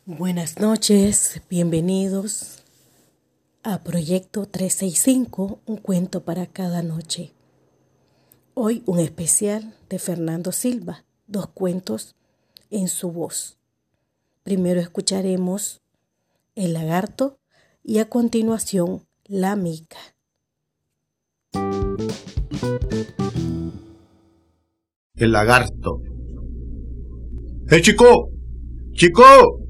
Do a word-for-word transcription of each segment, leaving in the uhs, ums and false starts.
Buenas noches, bienvenidos a Proyecto trescientos sesenta y cinco, un cuento para cada noche. Hoy un especial de Fernando Silva, dos cuentos en su voz. Primero escucharemos El lagarto y a continuación La mica. El lagarto. ¡Eh, chico! ¡Chico!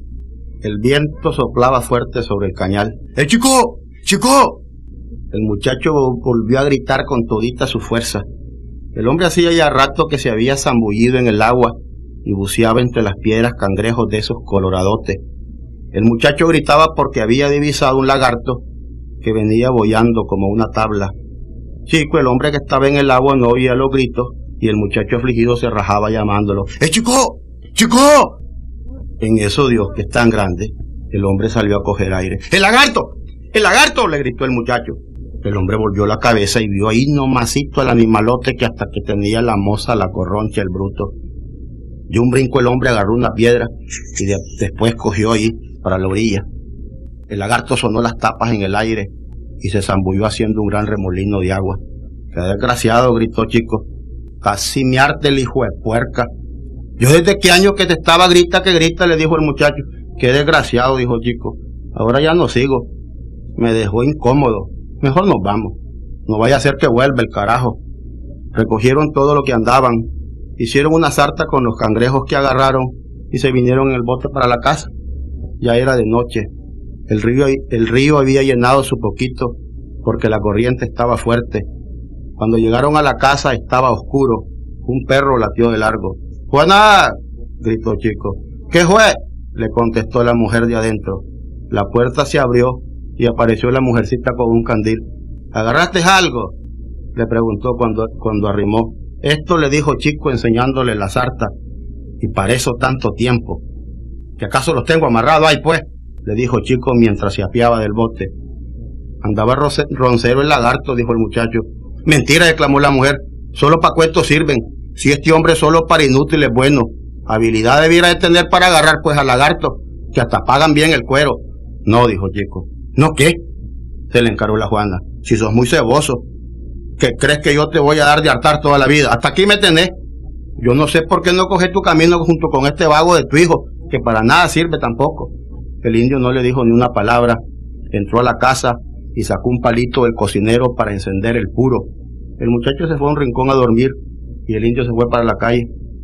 El viento soplaba fuerte sobre el cañal. ¡Eh, chico! ¡Chico! El muchacho volvió a gritar con todita su fuerza. El hombre hacía ya rato que se había zambullido en el agua y buceaba entre las piedras cangrejos de esos coloradotes. El muchacho gritaba porque había divisado un lagarto que venía boyando como una tabla. Chico, el hombre que estaba en el agua, no oía los gritos y el muchacho afligido se rajaba llamándolo. ¡Eh, chico! ¡Chico! En eso, Dios, que es tan grande, el hombre salió a coger aire. ¡El lagarto! ¡El lagarto! Le gritó el muchacho. El hombre volvió la cabeza y vio ahí nomasito al animalote que hasta que tenía la moza, la corroncha, el bruto. Dio un brinco el hombre, agarró una piedra y de, después cogió ahí para la orilla. El lagarto sonó las tapas en el aire y se zambulló haciendo un gran remolino de agua. ¡Qué desgraciado! Gritó Chico. Casi me arte el hijo de puerca. Yo desde qué año que te estaba grita que grita, le dijo el muchacho. Qué desgraciado, dijo Chico. Ahora ya no sigo. Me dejó incómodo. Mejor nos vamos. No vaya a ser que vuelva el carajo. Recogieron todo lo que andaban. Hicieron una sarta con los cangrejos que agarraron y se vinieron en el bote para la casa. Ya era de noche. El río, el río había llenado su poquito porque la corriente estaba fuerte. Cuando llegaron a la casa estaba oscuro. Un perro latió de largo. ¡Juana! Gritó Chico. ¿Qué fue? Le contestó la mujer de adentro. La puerta se abrió y apareció la mujercita con un candil. ¿Agarraste algo? Le preguntó cuando, cuando arrimó. Esto le dijo Chico enseñándole la sarta. Y para eso tanto tiempo. ¿Que acaso los tengo amarrados ahí, pues? Le dijo Chico mientras se apiaba del bote. Andaba roncero el lagarto, dijo el muchacho. Mentira, exclamó la mujer. Solo para cuentos sirven. Si este hombre solo para inútiles, bueno. Habilidad debiera de tener para agarrar pues al lagarto, que hasta pagan bien el cuero. No, dijo Chico. ¿No qué? Se le encaró la Juana. Si sos muy ceboso, ¿qué crees que yo te voy a dar de hartar toda la vida? Hasta aquí me tenés. Yo no sé por qué no coges tu camino junto con este vago de tu hijo, que para nada sirve tampoco. El indio no le dijo ni una palabra. Entró a la casa y sacó un palito del cocinero para encender el puro. El muchacho se fue a un rincón a dormir y el indio se fue para la calle.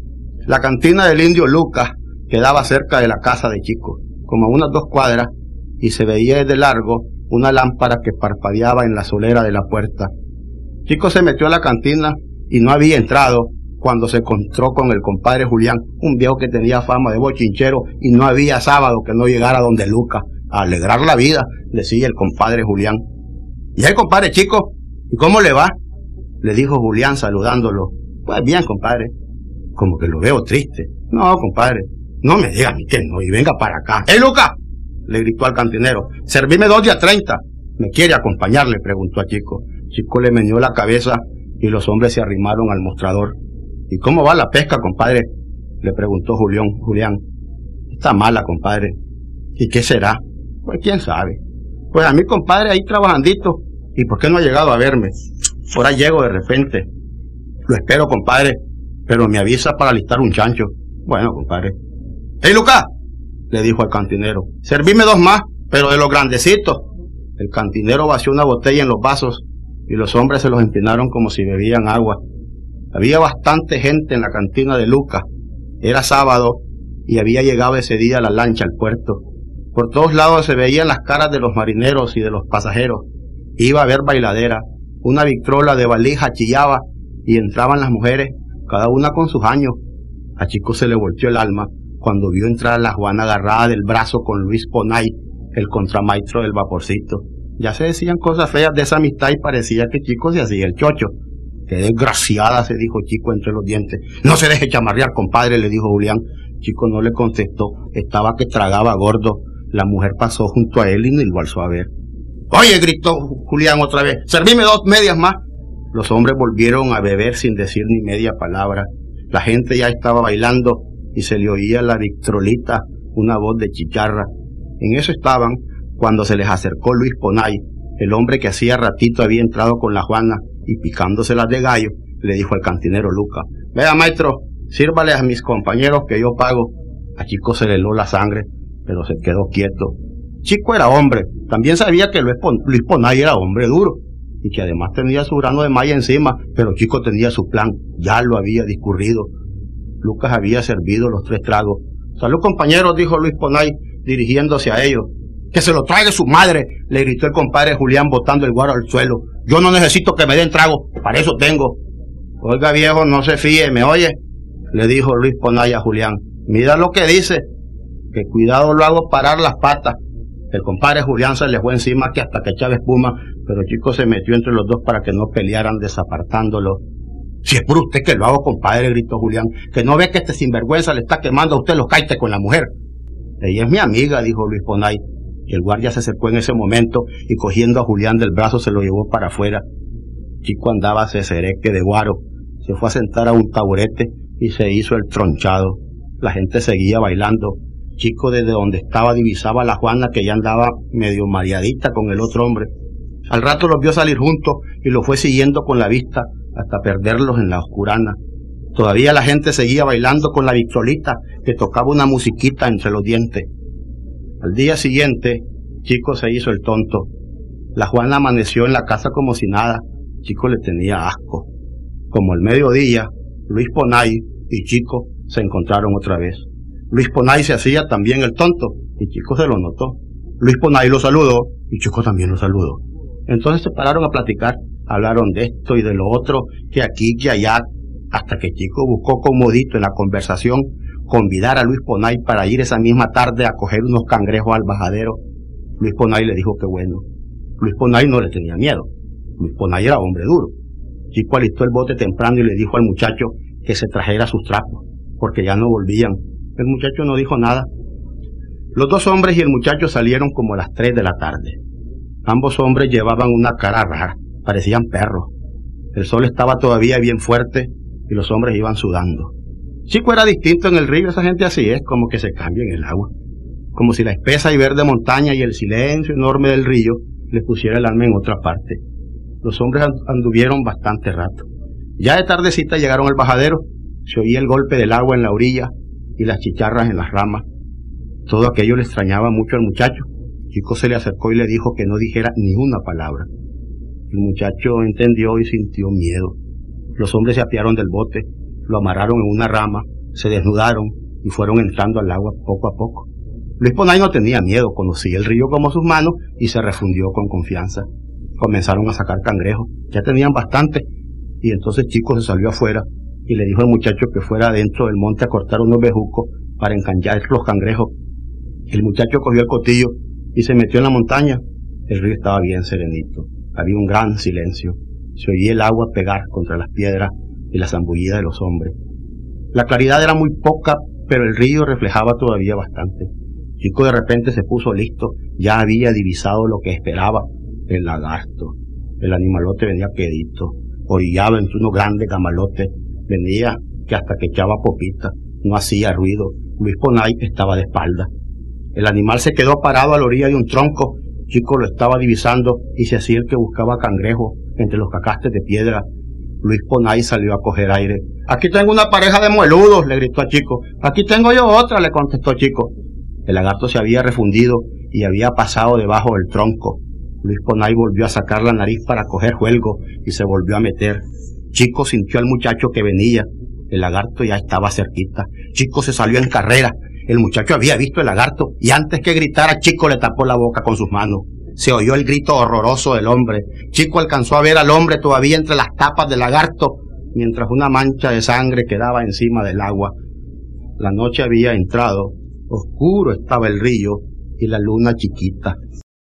La cantina del indio Lucas quedaba cerca de la casa de Chico, como a unas dos cuadras, y se veía desde largo una lámpara que parpadeaba en la solera de la puerta. Chico se metió a la cantina y no había entrado cuando se encontró con el compadre Julián, un viejo que tenía fama de bochinchero, y no había sábado que no llegara donde Lucas a alegrar la vida, decía el compadre Julián. ¿Y el compadre Chico? ¿Y cómo le va? Le dijo Julián saludándolo. Pues bien, compadre. Como que lo veo triste. No, compadre, no me diga a mí que no, y venga para acá. ¡Eh, Lucas! Le gritó al cantinero. Servime dos días treinta. ¿Me quiere acompañar? Le preguntó a Chico. Chico le meneó la cabeza y los hombres se arrimaron al mostrador. ¿Y cómo va la pesca, compadre? Le preguntó Julián. Julián. Está mala, compadre. ¿Y qué será? Pues quién sabe. Pues a mí, compadre, ahí trabajandito. ¿Y por qué no ha llegado a verme? Ahora llego de repente. Lo espero, compadre, pero me avisa para alistar un chancho. Bueno, compadre. ¡Hey, Lucas! Le dijo al cantinero. Servime dos más, pero de los grandecitos. El cantinero vació una botella en los vasos y los hombres se los empinaron como si bebían agua. Había bastante gente en la cantina de Lucas. Era sábado y había llegado ese día la lancha al puerto. Por todos lados se veían las caras de los marineros y de los pasajeros. Iba a haber bailadera. Una victrola de valija chillaba y entraban las mujeres, cada una con sus años. A Chico se le volteó el alma cuando vio entrar a la Juana agarrada del brazo con Luis Ponay, el contramaestro del vaporcito. Ya se decían cosas feas de esa amistad y parecía que Chico se hacía el chocho. ¡Qué desgraciada!, se dijo Chico entre los dientes. No se deje chamarrear, compadre, le dijo Julián. Chico no le contestó, estaba que tragaba gordo. La mujer pasó junto a él y ni lo alzó a ver. ¡Oye!, gritó Julián otra vez. ¡Servime dos medias más! Los hombres volvieron a beber sin decir ni media palabra. La gente ya estaba bailando y se le oía la victrolita una voz de chicharra. En eso estaban cuando se les acercó Luis Ponay, el hombre que hacía ratito había entrado con la Juana, y picándoselas de gallo, le dijo al cantinero Luca: vea, maestro, sírvale a mis compañeros que yo pago. A Chico se le heló la sangre, pero se quedó quieto. Chico era hombre, también sabía que Luis Ponay era hombre duro, y que además tenía su grano de malla encima, pero Chico tenía su plan, ya lo había discurrido. Lucas había servido los tres tragos. Salud, compañeros, dijo Luis Ponay, dirigiéndose a ellos. Que se lo traiga su madre, le gritó el compadre Julián botando el guaro al suelo. Yo no necesito que me den trago, para eso tengo. Oiga, viejo, no se fíe, ¿me oye?, le dijo Luis Ponay a Julián. Mira lo que dice, que cuidado lo hago parar las patas. El compadre Julián se le fue encima que hasta que echaba espuma, pero Chico se metió entre los dos para que no pelearan, desapartándolo. Si es por usted que lo hago, compadre, gritó Julián, que no ve que este sinvergüenza le está quemando a usted los caites con la mujer. Ella es mi amiga, dijo Luis Ponay. Y el guardia se acercó en ese momento y cogiendo a Julián del brazo se lo llevó para afuera. Chico andaba cesereque de guaro, se fue a sentar a un taburete y se hizo el tronchado. La gente seguía bailando. Chico desde donde estaba divisaba a la Juana, que ya andaba medio mareadita con el otro hombre. Al rato los vio salir juntos y los fue siguiendo con la vista hasta perderlos en la oscurana. Todavía la gente seguía bailando con la Victrolita, que tocaba una musiquita entre los dientes. Al día siguiente, Chico se hizo el tonto. La Juana amaneció en la casa como si nada. Chico le tenía asco. Como al mediodía, Luis Ponay y Chico se encontraron otra vez. Luis Ponay se hacía también el tonto, y Chico se lo notó. Luis Ponay lo saludó, y Chico también lo saludó. Entonces se pararon a platicar, hablaron de esto y de lo otro, que aquí, que allá, hasta que Chico buscó comodito en la conversación convidar a Luis Ponay para ir esa misma tarde a coger unos cangrejos al bajadero. Luis Ponay le dijo que bueno. Luis Ponay no le tenía miedo. Luis Ponay era hombre duro. Chico alistó el bote temprano y le dijo al muchacho que se trajera sus trapos, porque ya no volvían. El muchacho no dijo nada. Los dos hombres y el muchacho salieron como a las tres de la tarde. Ambos hombres llevaban una cara rara, parecían perros. El sol estaba todavía bien fuerte y los hombres iban sudando. Chico era distinto en el río, esa gente así es, como que se cambia en el agua. Como si la espesa y verde montaña y el silencio enorme del río les pusiera el alma en otra parte. Los hombres anduvieron bastante rato. Ya de tardecita llegaron al bajadero, se oía el golpe del agua en la orilla y las chicharras en las ramas. Todo aquello le extrañaba mucho al muchacho. Chico se le acercó y le dijo que no dijera ni una palabra. El muchacho entendió y sintió miedo. Los hombres se apiaron del bote, lo amarraron en una rama, se desnudaron y fueron entrando al agua poco a poco. Luis Ponay no tenía miedo, conocía el río como sus manos y se refundió con confianza. Comenzaron a sacar cangrejos, ya tenían bastante, y entonces Chico se salió afuera y le dijo al muchacho que fuera adentro del monte a cortar unos bejucos para encañar los cangrejos. El muchacho cogió el cotillo y se metió en la montaña. El río estaba bien serenito, había un gran silencio, se oía el agua pegar contra las piedras y la zambullida de los hombres. La claridad era muy poca, pero el río reflejaba todavía bastante. Chico de repente se puso listo, ya había divisado lo que esperaba, el lagarto. El animalote venía quedito, orillado entre unos grandes camalotes, venía que hasta que echaba popita, no hacía ruido. Luis Ponay estaba de espalda. El animal se quedó parado a la orilla de un tronco. Chico lo estaba divisando y se hacía el que buscaba cangrejo entre los cacastes de piedra. Luis Ponay salió a coger aire. Aquí tengo una pareja de mueludos, le gritó a Chico. Aquí tengo yo otra, le contestó Chico. El lagarto se había refundido y había pasado debajo del tronco. Luis Ponay volvió a sacar la nariz para coger juelgo y se volvió a meter. Chico sintió al muchacho que venía. El lagarto ya estaba cerquita. Chico se salió en carrera. El muchacho había visto el lagarto y antes que gritara, Chico le tapó la boca con sus manos. Se oyó el grito horroroso del hombre. Chico alcanzó a ver al hombre todavía entre las tapas del lagarto, mientras una mancha de sangre quedaba encima del agua. La noche había entrado. Oscuro estaba el río y la luna chiquita.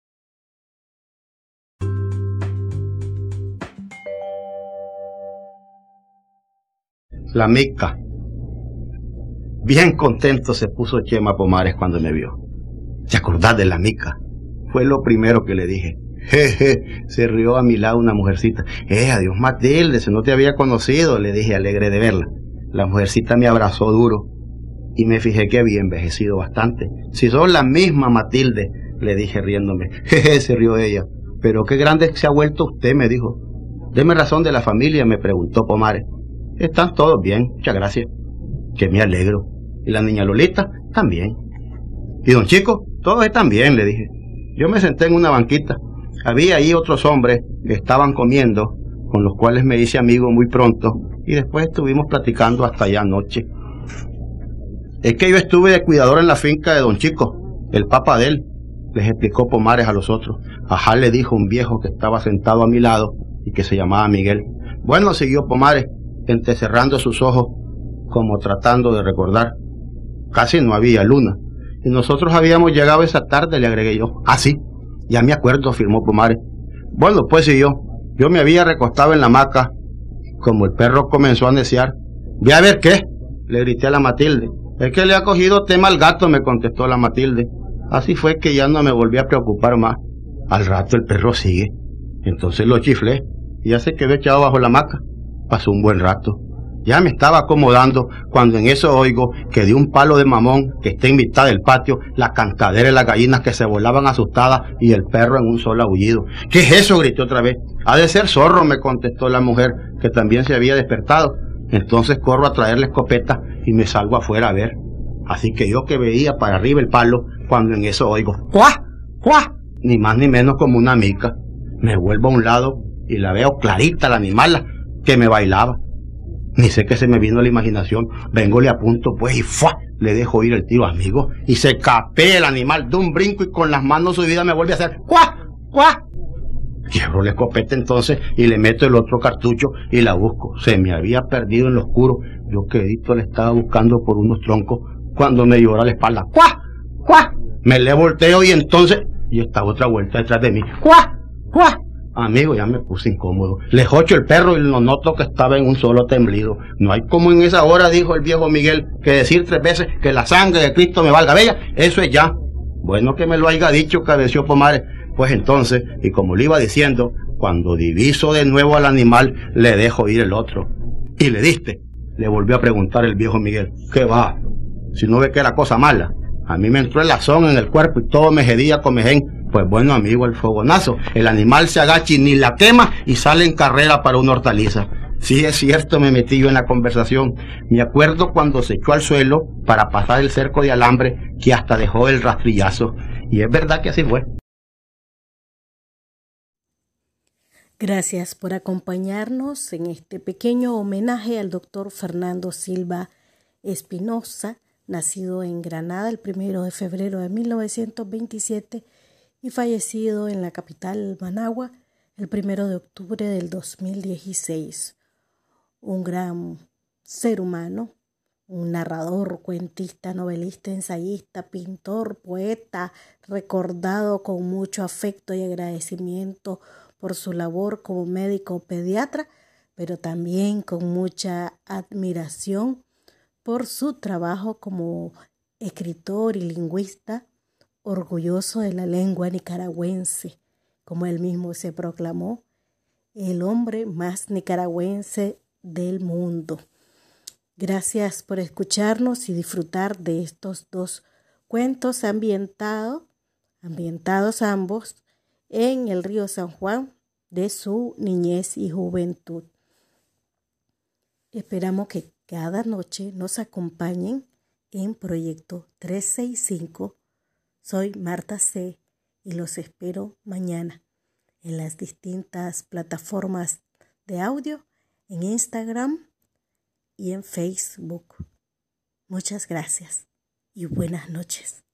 La mica. Bien contento se puso Chema Pomares cuando me vio. ¿Te acordás de la mica? Fue lo primero que le dije. Jeje, se rió a mi lado una mujercita. Eh, adiós Matilde, si no te había conocido, le dije alegre de verla. La mujercita me abrazó duro. y me fijé que había envejecido bastante. Si sos la misma Matilde, le dije riéndome. Jeje, se rió ella. Pero qué grande se ha vuelto usted, me dijo. Deme razón de la familia, me preguntó Pomares. Están todos bien, muchas gracias. Que me alegro. Y la niña Lolita también. Y don Chico, todos están bien, le dije. Yo me senté en una banquita. Había ahí otros hombres que estaban comiendo, con los cuales me hice amigo muy pronto, y después estuvimos platicando hasta ya anoche. Es que yo estuve de cuidador en la finca de don Chico, el papá de él, les explicó Pomares a los otros. Ajá, le dijo un viejo que estaba sentado a mi lado y que se llamaba Miguel. Bueno, siguió Pomares, entrecerrando sus ojos, como tratando de recordar. Casi no había luna, y nosotros habíamos llegado esa tarde, le agregué yo. Ah, sí, ya me acuerdo, afirmó Pomares. Bueno, pues siguió. Yo me había recostado en la hamaca, como el perro comenzó a neciar. Ve a ver qué, le grité a la Matilde. Es que le ha cogido tema al gato, me contestó la Matilde. Así fue que ya no me volví a preocupar más. Al rato el perro sigue. Entonces lo chiflé y ya se quedó echado bajo la hamaca. Pasó un buen rato. Ya me estaba acomodando cuando en eso oigo que de un palo de mamón que está en mitad del patio, la cantadera y las gallinas que se volaban asustadas y el perro en un solo aullido. ¿Qué es eso?, grité otra vez. Ha de ser zorro, me contestó la mujer, que también se había despertado. Entonces corro a traer la escopeta y me salgo afuera a ver. Así que yo que veía para arriba el palo, cuando en eso oigo ¡cuá! ¡cuá! Ni más ni menos como una mica. Me vuelvo a un lado y la veo clarita, la animala, que me bailaba. Ni sé qué se me vino a la imaginación. Vengole a punto, pues, y ¡fua! Le dejo ir el tiro, amigo. Y se capé el animal de un brinco y con las manos subidas me vuelve a hacer ¡cuá! ¡cuá! Quiebro la escopeta entonces y le meto el otro cartucho y la busco. Se me había perdido en lo oscuro. Yo quedito la estaba buscando por unos troncos cuando me lloró a la espalda. ¡Cuá! ¡cuá! Me le volteo y entonces... y esta otra vuelta detrás de mí. ¡Cuá! ¡cuá! Amigo, ya me puse incómodo. Le jocho el perro y lo noto que estaba en un solo temblido. No hay como en esa hora, dijo el viejo Miguel, que decir tres veces que la sangre de Cristo me valga. Bella, eso es ya. Bueno que me lo haya dicho, cabeció Pomares. Pues entonces, y como le iba diciendo, cuando diviso de nuevo al animal, le dejo ir el otro. ¿Y le diste?, le volvió a preguntar el viejo Miguel. ¿Qué va? Si no ve que era cosa mala. A mí me entró el lazón en el cuerpo y todo me jedía comején. Pues bueno, amigo, el fogonazo. El animal se agacha y ni la quema y sale en carrera para una hortaliza. Sí, es cierto, me metí yo en la conversación. Me acuerdo cuando se echó al suelo para pasar el cerco de alambre que hasta dejó el rastrillazo. Y es verdad que así fue. Gracias por acompañarnos en este pequeño homenaje al doctor Fernando Silva Espinosa, nacido en Granada el primero de febrero de mil novecientos veintisiete y fallecido en la capital Managua el primero de octubre del dos mil dieciséis. Un gran ser humano, un narrador, cuentista, novelista, ensayista, pintor, poeta, recordado con mucho afecto y agradecimiento por su labor como médico pediatra, pero también con mucha admiración por su trabajo como escritor y lingüista, orgulloso de la lengua nicaragüense, como él mismo se proclamó, el hombre más nicaragüense del mundo. Gracias por escucharnos y disfrutar de estos dos cuentos ambientados, ambientados ambos, en el río San Juan de su niñez y juventud. Esperamos que cada noche nos acompañen en Proyecto trescientos sesenta y cinco. Soy Marta C. y los espero mañana en las distintas plataformas de audio, en Instagram y en Facebook. Muchas gracias y buenas noches.